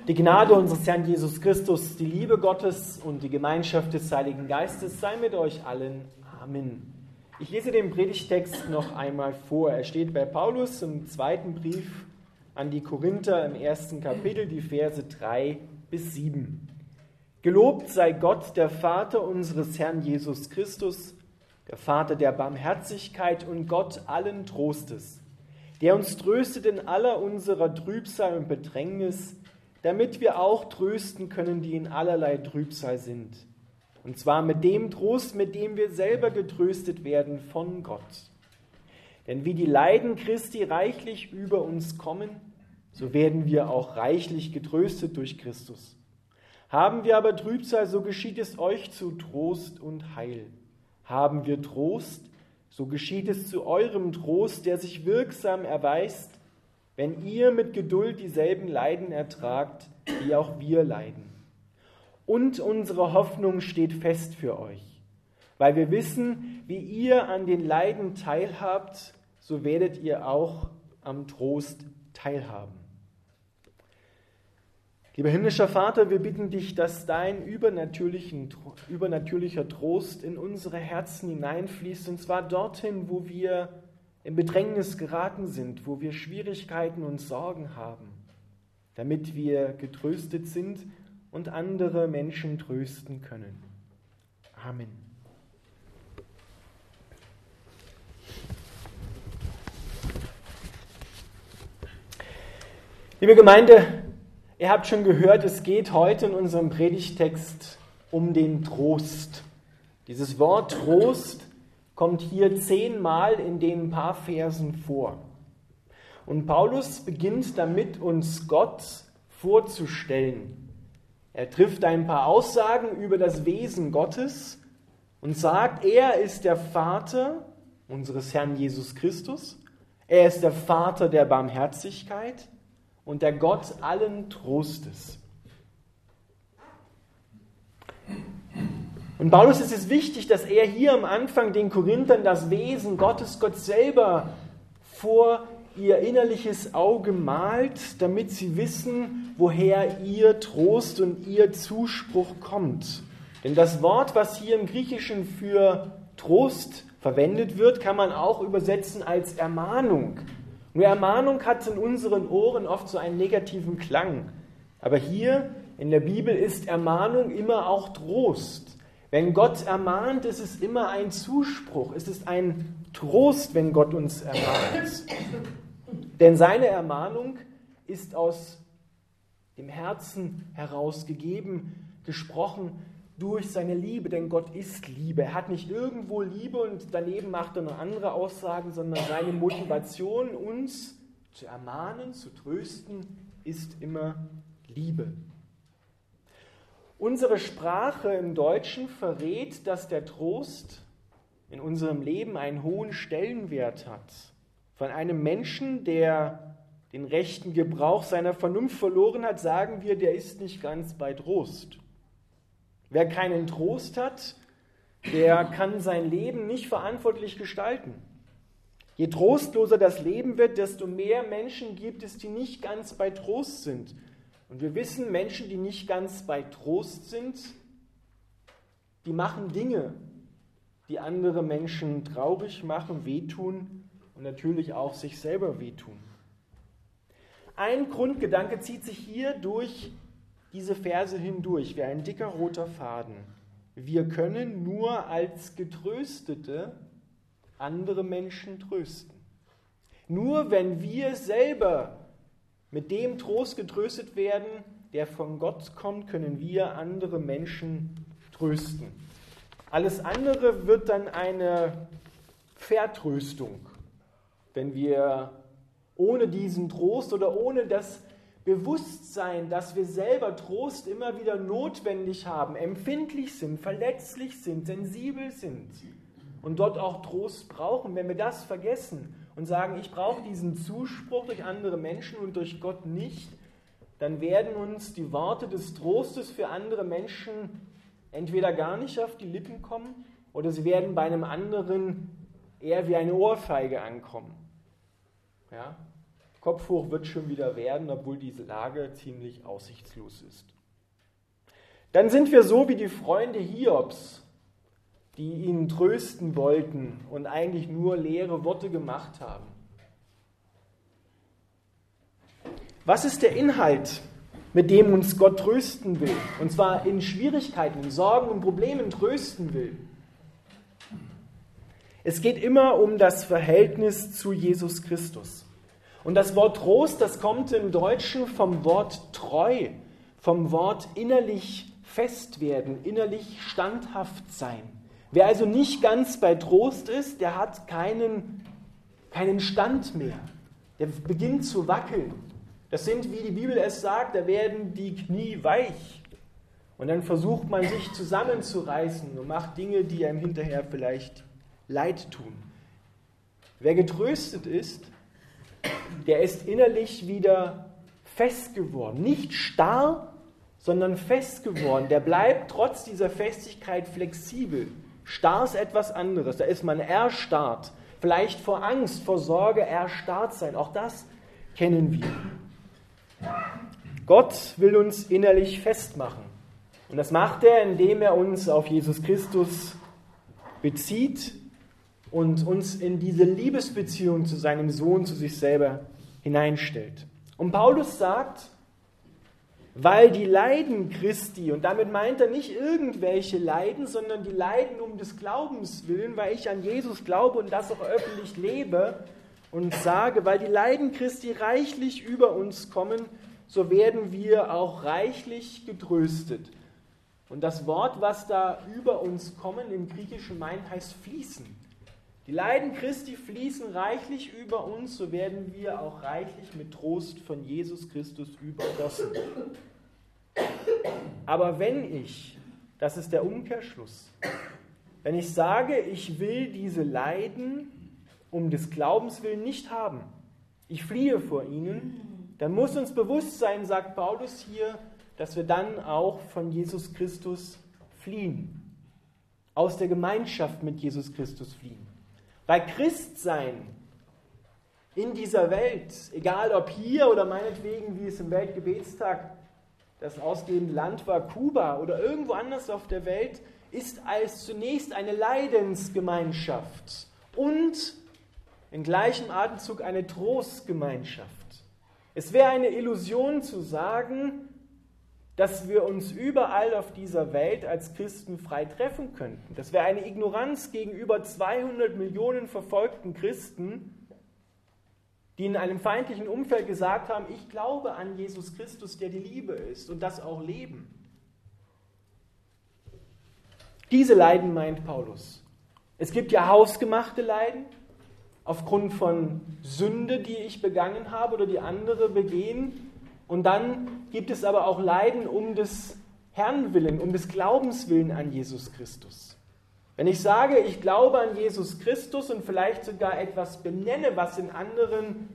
Die Gnade unseres Herrn Jesus Christus, die Liebe Gottes und die Gemeinschaft des Heiligen Geistes sei mit euch allen. Amen. Ich lese den Predigtext noch einmal vor. Er steht bei Paulus im zweiten Brief an die Korinther im ersten Kapitel, die Verse 3 bis 7. Gelobt sei Gott, der Vater unseres Herrn Jesus Christus, der Vater der Barmherzigkeit und Gott allen Trostes, der uns tröstet in aller unserer Trübsal und Bedrängnis, damit wir auch trösten können, die in allerlei Trübsal sind. Und zwar mit dem Trost, mit dem wir selber getröstet werden von Gott. Denn wie die Leiden Christi reichlich über uns kommen, so werden wir auch reichlich getröstet durch Christus. Haben wir aber Trübsal, so geschieht es euch zu Trost und Heil. Haben wir Trost, so geschieht es zu eurem Trost, der sich wirksam erweist, wenn ihr mit Geduld dieselben Leiden ertragt, wie auch wir leiden. Und unsere Hoffnung steht fest für euch, weil wir wissen, wie ihr an den Leiden teilhabt, so werdet ihr auch am Trost teilhaben. Lieber himmlischer Vater, wir bitten dich, dass dein übernatürlicher Trost in unsere Herzen hineinfließt, und zwar dorthin, wo wir in Bedrängnis geraten sind, wo wir Schwierigkeiten und Sorgen haben, damit wir getröstet sind und andere Menschen trösten können. Amen. Liebe Gemeinde, ihr habt schon gehört, es geht heute in unserem Predigtext um den Trost. Dieses Wort Trost kommt hier 10-mal in den paar Versen vor. Und Paulus beginnt damit, uns Gott vorzustellen. Er trifft ein paar Aussagen über das Wesen Gottes und sagt, er ist der Vater unseres Herrn Jesus Christus, er ist der Vater der Barmherzigkeit und der Gott allen Trostes. Und Paulus ist es wichtig, dass er hier am Anfang den Korinthern das Wesen Gottes, Gott selber, vor ihr innerliches Auge malt, damit sie wissen, woher ihr Trost und ihr Zuspruch kommt. Denn das Wort, was hier im Griechischen für Trost verwendet wird, kann man auch übersetzen als Ermahnung. Nur Ermahnung hat in unseren Ohren oft so einen negativen Klang. Aber hier in der Bibel ist Ermahnung immer auch Trost. Wenn Gott ermahnt, ist es immer ein Zuspruch. Es ist ein Trost, wenn Gott uns ermahnt. Denn seine Ermahnung ist aus dem Herzen heraus gegeben, gesprochen durch seine Liebe. Denn Gott ist Liebe. Er hat nicht irgendwo Liebe und daneben macht er noch andere Aussagen, sondern seine Motivation, uns zu ermahnen, zu trösten, ist immer Liebe. Unsere Sprache im Deutschen verrät, dass der Trost in unserem Leben einen hohen Stellenwert hat. Von einem Menschen, der den rechten Gebrauch seiner Vernunft verloren hat, sagen wir, der ist nicht ganz bei Trost. Wer keinen Trost hat, der kann sein Leben nicht verantwortlich gestalten. Je trostloser das Leben wird, desto mehr Menschen gibt es, die nicht ganz bei Trost sind. Und wir wissen, Menschen, die nicht ganz bei Trost sind, die machen Dinge, die andere Menschen traurig machen, wehtun und natürlich auch sich selber wehtun. Ein Grundgedanke zieht sich hier durch diese Verse hindurch, wie ein dicker roter Faden. Wir können nur als Getröstete andere Menschen trösten. Nur wenn wir selber mit dem Trost getröstet werden, der von Gott kommt, können wir andere Menschen trösten. Alles andere wird dann eine Vertröstung, wenn wir ohne diesen Trost oder ohne das Bewusstsein, dass wir selber Trost immer wieder notwendig haben, empfindlich sind, verletzlich sind, sensibel sind und dort auch Trost brauchen, wenn wir das vergessen und sagen, ich brauche diesen Zuspruch durch andere Menschen und durch Gott nicht, dann werden uns die Worte des Trostes für andere Menschen entweder gar nicht auf die Lippen kommen oder sie werden bei einem anderen eher wie eine Ohrfeige ankommen. Ja? Kopf hoch wird schon wieder werden, obwohl diese Lage ziemlich aussichtslos ist. Dann sind wir so wie die Freunde Hiobs, die ihn trösten wollten und eigentlich nur leere Worte gemacht haben. Was ist der Inhalt, mit dem uns Gott trösten will? Und zwar in Schwierigkeiten, in Sorgen und Problemen trösten will. Es geht immer um das Verhältnis zu Jesus Christus. Und das Wort Trost, das kommt im Deutschen vom Wort treu, vom Wort innerlich fest werden, innerlich standhaft sein. Wer also nicht ganz bei Trost ist, der hat keinen Stand mehr. Der beginnt zu wackeln. Das sind, wie die Bibel es sagt, da werden die Knie weich. Und dann versucht man sich zusammenzureißen und macht Dinge, die einem hinterher vielleicht leid tun. Wer getröstet ist, der ist innerlich wieder fest geworden. Nicht starr, sondern fest geworden. Der bleibt trotz dieser Festigkeit flexibel. Starr ist etwas anderes. Da ist man erstarrt. Vielleicht vor Angst, vor Sorge erstarrt sein. Auch das kennen wir. Gott will uns innerlich festmachen. Und das macht er, indem er uns auf Jesus Christus bezieht und uns in diese Liebesbeziehung zu seinem Sohn, zu sich selber hineinstellt. Und Paulus sagt, weil die Leiden Christi, und damit meint er nicht irgendwelche Leiden, sondern die Leiden um des Glaubens willen, weil ich an Jesus glaube und das auch öffentlich lebe und sage, weil die Leiden Christi reichlich über uns kommen, so werden wir auch reichlich getröstet. Und das Wort, was da über uns kommen, im Griechischen meint, heißt fließen. Die Leiden Christi fließen reichlich über uns, so werden wir auch reichlich mit Trost von Jesus Christus übergossen. Aber wenn ich, das ist der Umkehrschluss, wenn ich sage, ich will diese Leiden um des Glaubens willen nicht haben, ich fliehe vor ihnen, dann muss uns bewusst sein, sagt Paulus hier, dass wir dann auch von Jesus Christus fliehen, aus der Gemeinschaft mit Jesus Christus fliehen. Weil Christsein in dieser Welt, egal ob hier oder meinetwegen, wie es im Weltgebetstag das ausgehende Land war, Kuba oder irgendwo anders auf der Welt, ist als zunächst eine Leidensgemeinschaft und in gleichem Atemzug eine Trostgemeinschaft. Es wäre eine Illusion zu sagen, dass wir uns überall auf dieser Welt als Christen frei treffen könnten. Das wäre eine Ignoranz gegenüber 200 Millionen verfolgten Christen, die in einem feindlichen Umfeld gesagt haben, ich glaube an Jesus Christus, der die Liebe ist und das auch leben. Diese Leiden meint Paulus. Es gibt ja hausgemachte Leiden aufgrund von Sünde, die ich begangen habe oder die andere begehen. Und dann gibt es aber auch Leiden um des Herrn willen, um des Glaubens willen an Jesus Christus. Wenn ich sage, ich glaube an Jesus Christus und vielleicht sogar etwas benenne, was in anderen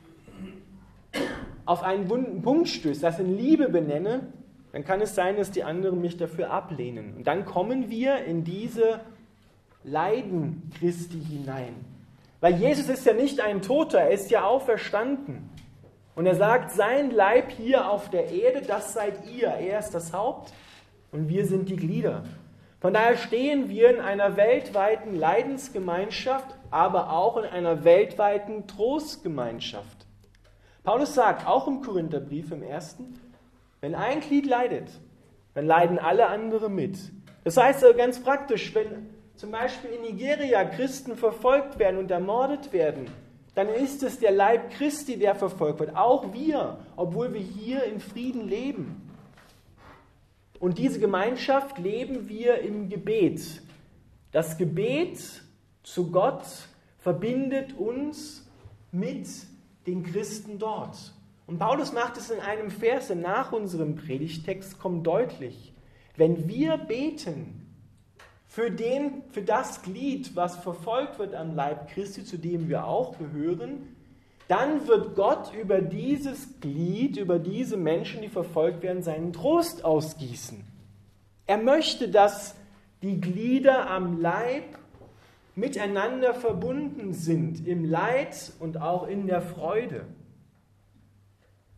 auf einen wunden Punkt stößt, das in Liebe benenne, dann kann es sein, dass die anderen mich dafür ablehnen. Und dann kommen wir in diese Leiden Christi hinein. Weil Jesus ist ja nicht ein Toter, er ist ja auferstanden. Und er sagt, sein Leib hier auf der Erde, das seid ihr. Er ist das Haupt und wir sind die Glieder. Von daher stehen wir in einer weltweiten Leidensgemeinschaft, aber auch in einer weltweiten Trostgemeinschaft. Paulus sagt, auch im Korintherbrief im 1., wenn ein Glied leidet, dann leiden alle anderen mit. Das heißt also ganz praktisch, wenn zum Beispiel in Nigeria Christen verfolgt werden und ermordet werden, dann ist es der Leib Christi, der verfolgt wird. Auch wir, obwohl wir hier in Frieden leben. Und diese Gemeinschaft leben wir im Gebet. Das Gebet zu Gott verbindet uns mit den Christen dort. Und Paulus macht es in einem Vers, der nach unserem Predigtext kommt deutlich. Wenn wir beten für das Glied, was verfolgt wird am Leib Christi, zu dem wir auch gehören, dann wird Gott über dieses Glied, über diese Menschen, die verfolgt werden, seinen Trost ausgießen. Er möchte, dass die Glieder am Leib miteinander verbunden sind, im Leid und auch in der Freude.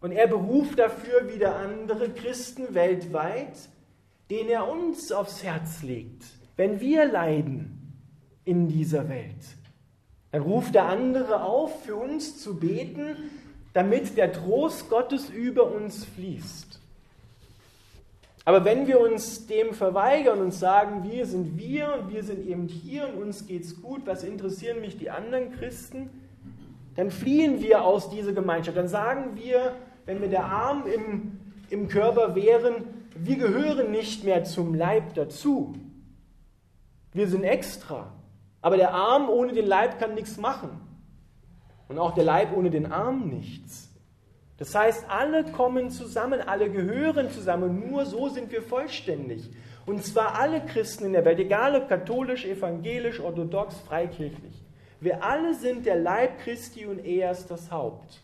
Und er beruft dafür wieder andere Christen weltweit, denen er uns aufs Herz legt. Wenn wir leiden in dieser Welt, dann ruft er andere auf, für uns zu beten, damit der Trost Gottes über uns fließt. Aber wenn wir uns dem verweigern und sagen, wir sind wir und wir sind eben hier und uns geht's gut, was interessieren mich die anderen Christen, dann fliehen wir aus dieser Gemeinschaft. Dann sagen wir, wenn wir der Arm im Körper wären, wir gehören nicht mehr zum Leib dazu. Wir sind extra. Aber der Arm ohne den Leib kann nichts machen. Und auch der Leib ohne den Arm nichts. Das heißt, alle kommen zusammen, alle gehören zusammen, nur so sind wir vollständig. Und zwar alle Christen in der Welt, egal ob katholisch, evangelisch, orthodox, freikirchlich. Wir alle sind der Leib Christi und er ist das Haupt.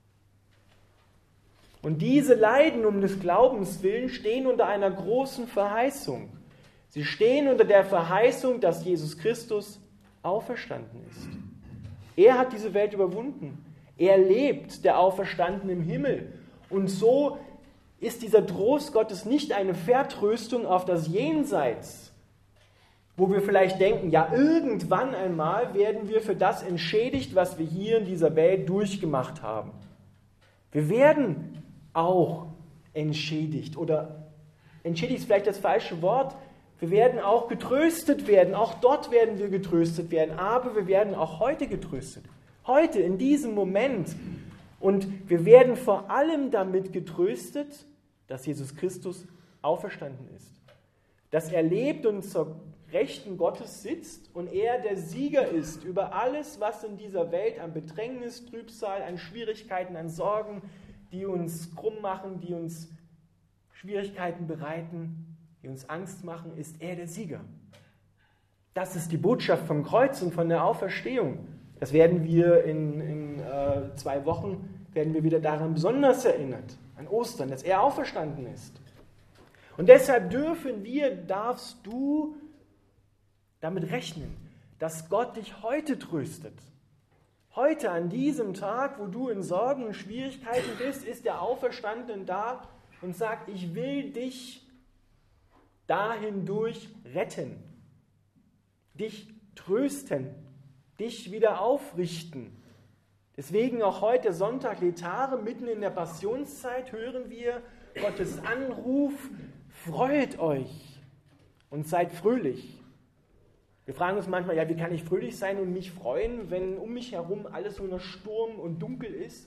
Und diese Leiden um des Glaubens willen stehen unter einer großen Verheißung. Sie stehen unter der Verheißung, dass Jesus Christus auferstanden ist. Er hat diese Welt überwunden. Er lebt, der Auferstandene im Himmel. Und so ist dieser Trost Gottes nicht eine Vertröstung auf das Jenseits, wo wir vielleicht denken, ja, irgendwann einmal werden wir für das entschädigt, was wir hier in dieser Welt durchgemacht haben. Wir werden auch entschädigt, oder entschädigt ist vielleicht das falsche Wort, wir werden auch getröstet werden, auch dort werden wir getröstet werden, aber wir werden auch heute getröstet. Heute, in diesem Moment. Und wir werden vor allem damit getröstet, dass Jesus Christus auferstanden ist. Dass er lebt und zur Rechten Gottes sitzt und er der Sieger ist über alles, was in dieser Welt an Bedrängnis, Trübsal, an Schwierigkeiten, an Sorgen, die uns krumm machen, die uns Schwierigkeiten bereiten, die uns Angst machen, ist er der Sieger. Das ist die Botschaft vom Kreuz und von der Auferstehung. Das werden wir in 2 Wochen, werden wir wieder daran besonders erinnert, an Ostern, dass er auferstanden ist. Und deshalb darfst du damit rechnen, dass Gott dich heute tröstet. Heute, an diesem Tag, wo du in Sorgen und Schwierigkeiten bist, ist der Auferstandene da und sagt, ich will dich dahindurch retten, dich trösten, dich wieder aufrichten. Deswegen auch heute Sonntag Letare, mitten in der Passionszeit, hören wir Gottes Anruf, freut euch und seid fröhlich. Wir fragen uns manchmal, ja, wie kann ich fröhlich sein und mich freuen, wenn um mich herum alles nur noch Sturm und dunkel ist?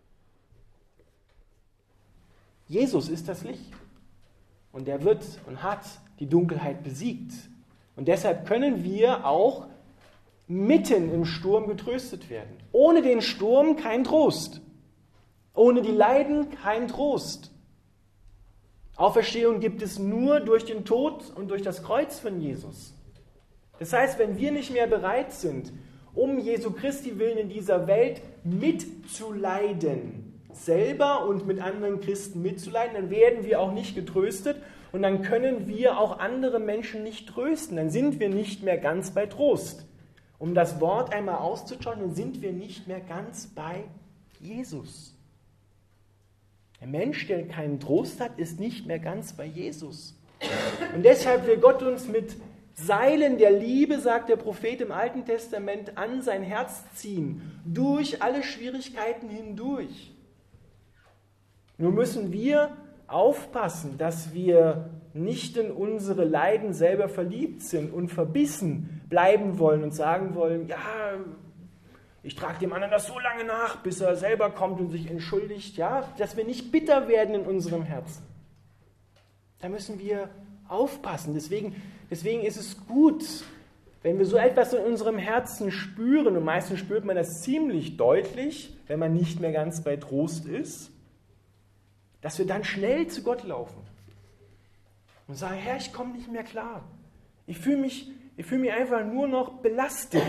Jesus ist das Licht und er wird und hat die Dunkelheit besiegt. Und deshalb können wir auch mitten im Sturm getröstet werden. Ohne den Sturm kein Trost. Ohne die Leiden kein Trost. Auferstehung gibt es nur durch den Tod und durch das Kreuz von Jesus. Das heißt, wenn wir nicht mehr bereit sind, um Jesu Christi willen in dieser Welt mitzuleiden, selber und mit anderen Christen mitzuleiden, dann werden wir auch nicht getröstet und dann können wir auch andere Menschen nicht trösten. Dann sind wir nicht mehr ganz bei Trost. Um das Wort einmal auszuschauen, dann sind wir nicht mehr ganz bei Jesus. Der Mensch, der keinen Trost hat, ist nicht mehr ganz bei Jesus. Und deshalb will Gott uns mit Seilen der Liebe, sagt der Prophet im Alten Testament, an sein Herz ziehen, durch alle Schwierigkeiten hindurch. Nur müssen wir aufpassen, dass wir nicht in unsere Leiden selber verliebt sind und verbissen bleiben wollen und sagen wollen, ja, ich trage dem anderen das so lange nach, bis er selber kommt und sich entschuldigt, ja, dass wir nicht bitter werden in unserem Herzen. Da müssen wir aufpassen. Deswegen ist es gut, wenn wir so etwas in unserem Herzen spüren, und meistens spürt man das ziemlich deutlich, wenn man nicht mehr ganz bei Trost ist, dass wir dann schnell zu Gott laufen und sagen, Herr, ich komme nicht mehr klar. Ich fühle mich einfach nur noch belastet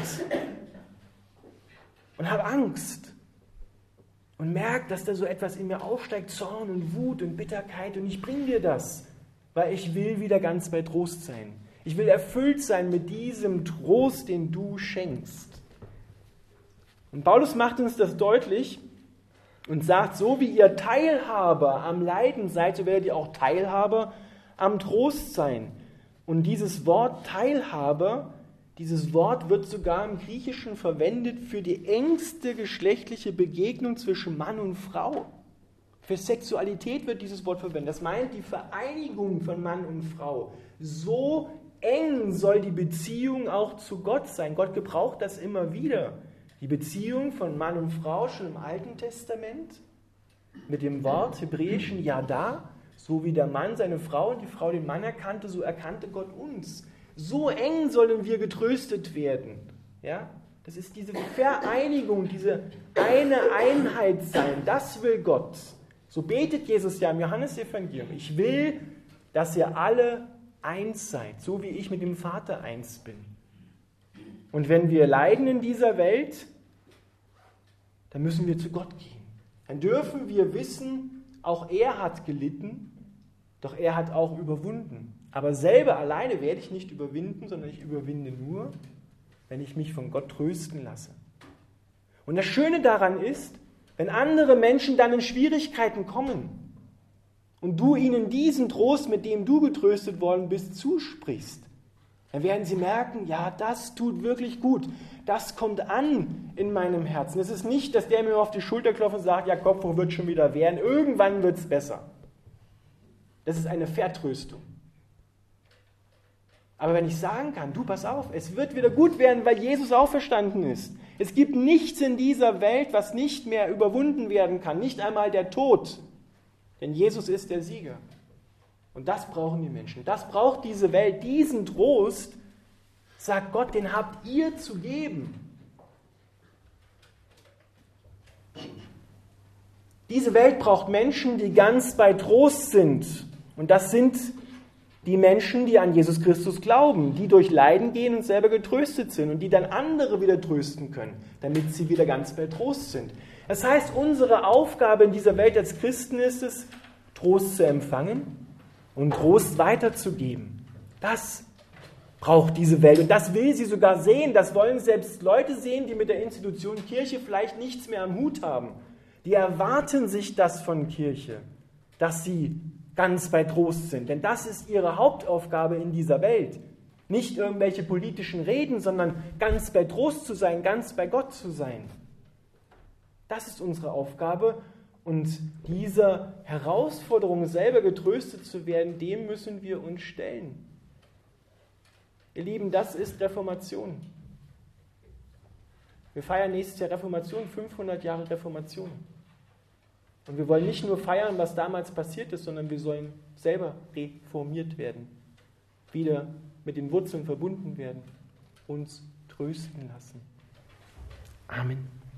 und habe Angst und merke, dass da so etwas in mir aufsteigt, Zorn und Wut und Bitterkeit, und ich bringe dir das, weil ich will wieder ganz bei Trost sein. Ich will erfüllt sein mit diesem Trost, den du schenkst. Und Paulus macht uns das deutlich und sagt, so wie ihr Teilhaber am Leiden seid, so werdet ihr auch Teilhaber am Trost sein. Und dieses Wort Teilhaber, dieses Wort wird sogar im Griechischen verwendet für die engste geschlechtliche Begegnung zwischen Mann und Frau. Für Sexualität wird dieses Wort verwendet. Das meint die Vereinigung von Mann und Frau. So eng soll die Beziehung auch zu Gott sein. Gott gebraucht das immer wieder. Die Beziehung von Mann und Frau schon im Alten Testament mit dem Wort hebräischen Yada, so wie der Mann seine Frau und die Frau den Mann erkannte, so erkannte Gott uns. So eng sollen wir getröstet werden. Ja? Das ist diese Vereinigung, diese eine Einheit sein. Das will Gott. So betet Jesus ja im Johannesevangelium. Ich will, dass ihr alle eins seid, so wie ich mit dem Vater eins bin. Und wenn wir leiden in dieser Welt, dann müssen wir zu Gott gehen. Dann dürfen wir wissen, auch er hat gelitten, doch er hat auch überwunden. Aber selber alleine werde ich nicht überwinden, sondern ich überwinde nur, wenn ich mich von Gott trösten lasse. Und das Schöne daran ist, wenn andere Menschen dann in Schwierigkeiten kommen und du ihnen diesen Trost, mit dem du getröstet worden bist, zusprichst, dann werden sie merken, ja, das tut wirklich gut. Das kommt an in meinem Herzen. Es ist nicht, dass der mir auf die Schulter klopft und sagt, ja, Kopfhoch wird schon wieder werden, irgendwann wird es besser. Das ist eine Vertröstung. Aber wenn ich sagen kann, du, pass auf, es wird wieder gut werden, weil Jesus auferstanden ist. Es gibt nichts in dieser Welt, was nicht mehr überwunden werden kann, nicht einmal der Tod. Denn Jesus ist der Sieger. Und das brauchen die Menschen. Das braucht diese Welt. Diesen Trost, sagt Gott, den habt ihr zu geben. Diese Welt braucht Menschen, die ganz bei Trost sind. Und das sind die Menschen, die an Jesus Christus glauben, die durch Leiden gehen und selber getröstet sind und die dann andere wieder trösten können, damit sie wieder ganz bei Trost sind. Das heißt, unsere Aufgabe in dieser Welt als Christen ist es, Trost zu empfangen und Trost weiterzugeben. Das braucht diese Welt und das will sie sogar sehen. Das wollen selbst Leute sehen, die mit der Institution Kirche vielleicht nichts mehr am Hut haben. Die erwarten sich das von Kirche, dass sie ganz bei Trost sind. Denn das ist ihre Hauptaufgabe in dieser Welt. Nicht irgendwelche politischen Reden, sondern ganz bei Trost zu sein, ganz bei Gott zu sein. Das ist unsere Aufgabe. Und dieser Herausforderung, selber getröstet zu werden, dem müssen wir uns stellen. Ihr Lieben, das ist Reformation. Wir feiern nächstes Jahr Reformation, 500 Jahre Reformation. Und wir wollen nicht nur feiern, was damals passiert ist, sondern wir sollen selber reformiert werden, wieder mit den Wurzeln verbunden werden, uns trösten lassen. Amen.